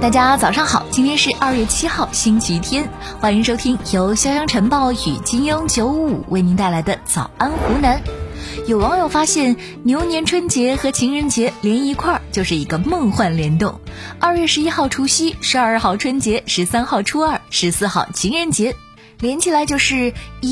大家早上好，今天是2月7号星期天，欢迎收听由潇湘晨报与金鹰955为您带来的早安湖南。有网友发现牛年春节和情人节连一块儿就是一个梦幻联动，2月11号除夕，12号春节，13号初二，14号情人节，连起来就是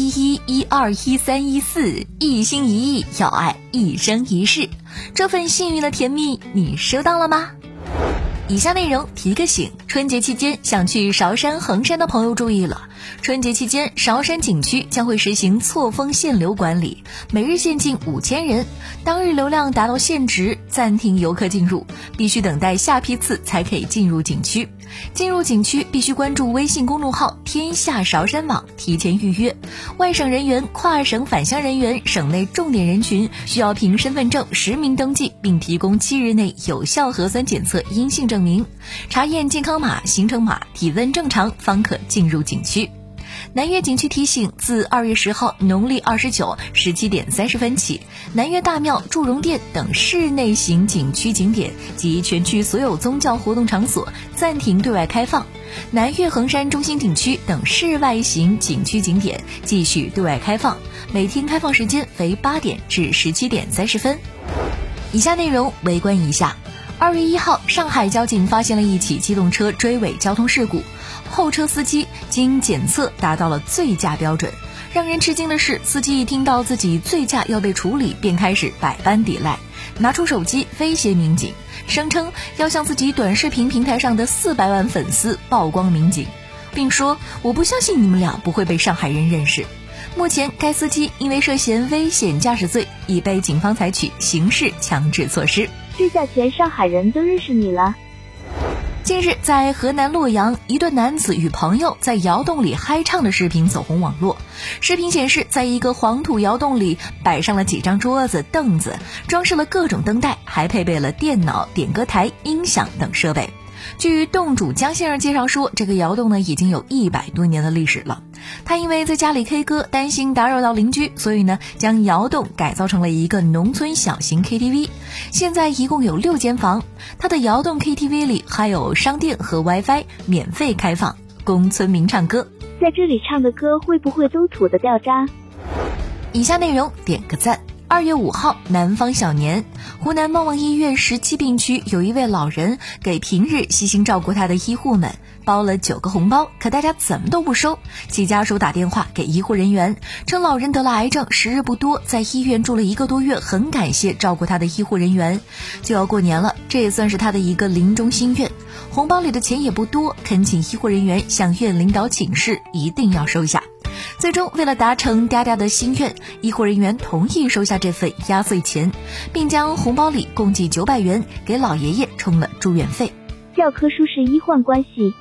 11、12、13、14，一心一意要爱一生一世。这份幸运的甜蜜你收到了吗？以下内容提个醒，春节期间想去韶山、衡山的朋友注意了。春节期间，韶山景区将会实行错峰限流管理，每日限进5000人，当日流量达到限值，暂停游客进入，必须等待下批次才可以进入景区。进入景区必须关注微信公众号天下韶山网，提前预约。外省人员、跨省返乡人员、省内重点人群需要凭身份证实名登记，并提供7日内有效核酸检测阴性证明，查验健康码、行程码，体温正常方可进入景区。南岳景区提醒，自2月10号农历29 17点30分起，南岳大庙、祝融殿等室内型景区景点及全区所有宗教活动场所暂停对外开放，南岳衡山中心景区等室外型景区景点继续对外开放，每天开放时间为8点至17点30分。以下内容围观一下。2月1号，上海交警发现了一起机动车追尾交通事故，后车司机经检测达到了醉驾标准。让人吃惊的是，司机一听到自己醉驾要被处理，便开始百般抵赖，拿出手机威胁民警，声称要向自己短视频平台上的400万粉丝曝光民警，并说我不相信你们俩不会被上海人认识。目前该司机因为涉嫌危险驾驶罪，已被警方采取刑事强制措施。 醉驾前上海人都认识你了。 近日，在河南洛阳，一对男子与朋友在窑洞里嗨唱的视频走红网络。视频显示，在一个黄土窑洞里摆上了几张桌子、凳子，装饰了各种灯带，还配备了电脑、点歌台、音响等设备。据洞主江先生介绍说，这个窑洞呢已经有100多年的历史了。他因为在家里 K 歌，担心打扰到邻居，所以呢将窑洞改造成了一个农村小型 KTV。现在一共有6间房，他的窑洞 KTV 里还有商店和 WiFi 免费开放，供村民唱歌。 在这里唱的歌会不会都土的掉渣？ 以下内容点个赞。2月5号，南方小年，湖南孟旺医院17病区有一位老人给平日悉心照顾他的医护们包了9个红包，可大家怎么都不收。其家属打电话给医护人员，称老人得了癌症，时日不多，在医院住了1个多月，很感谢照顾他的医护人员。就要过年了，这也算是他的一个临终心愿。红包里的钱也不多，恳请医护人员向院领导请示，一定要收下。最终为了达成嗲嗲的心愿，医护人员同意收下这份压岁钱，并将红包里共计900元给老爷爷充了住院费。 教科书式医患关系。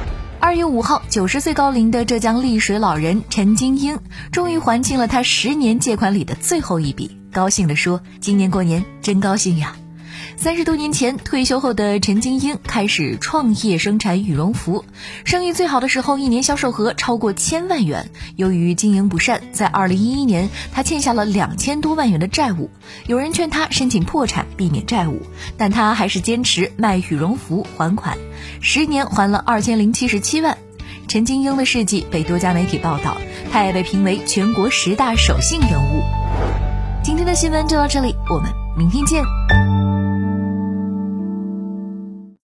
2月5号，90岁高龄的浙江丽水老人陈金英终于还清了他10年借款里的最后一笔，高兴地说：“今年过年真高兴呀。”30多年前，退休后的陈金英开始创业生产羽绒服，生意最好的时候1年销售额超过1000万元。由于经营不善，在2011年他欠下了2000多万元的债务，有人劝他申请破产避免债务，但他还是坚持卖羽绒服还款，10年还了2077万。陈金英的事迹被多家媒体报道，他也被评为全国10大守信人物。今天的新闻就到这里，我们明天见。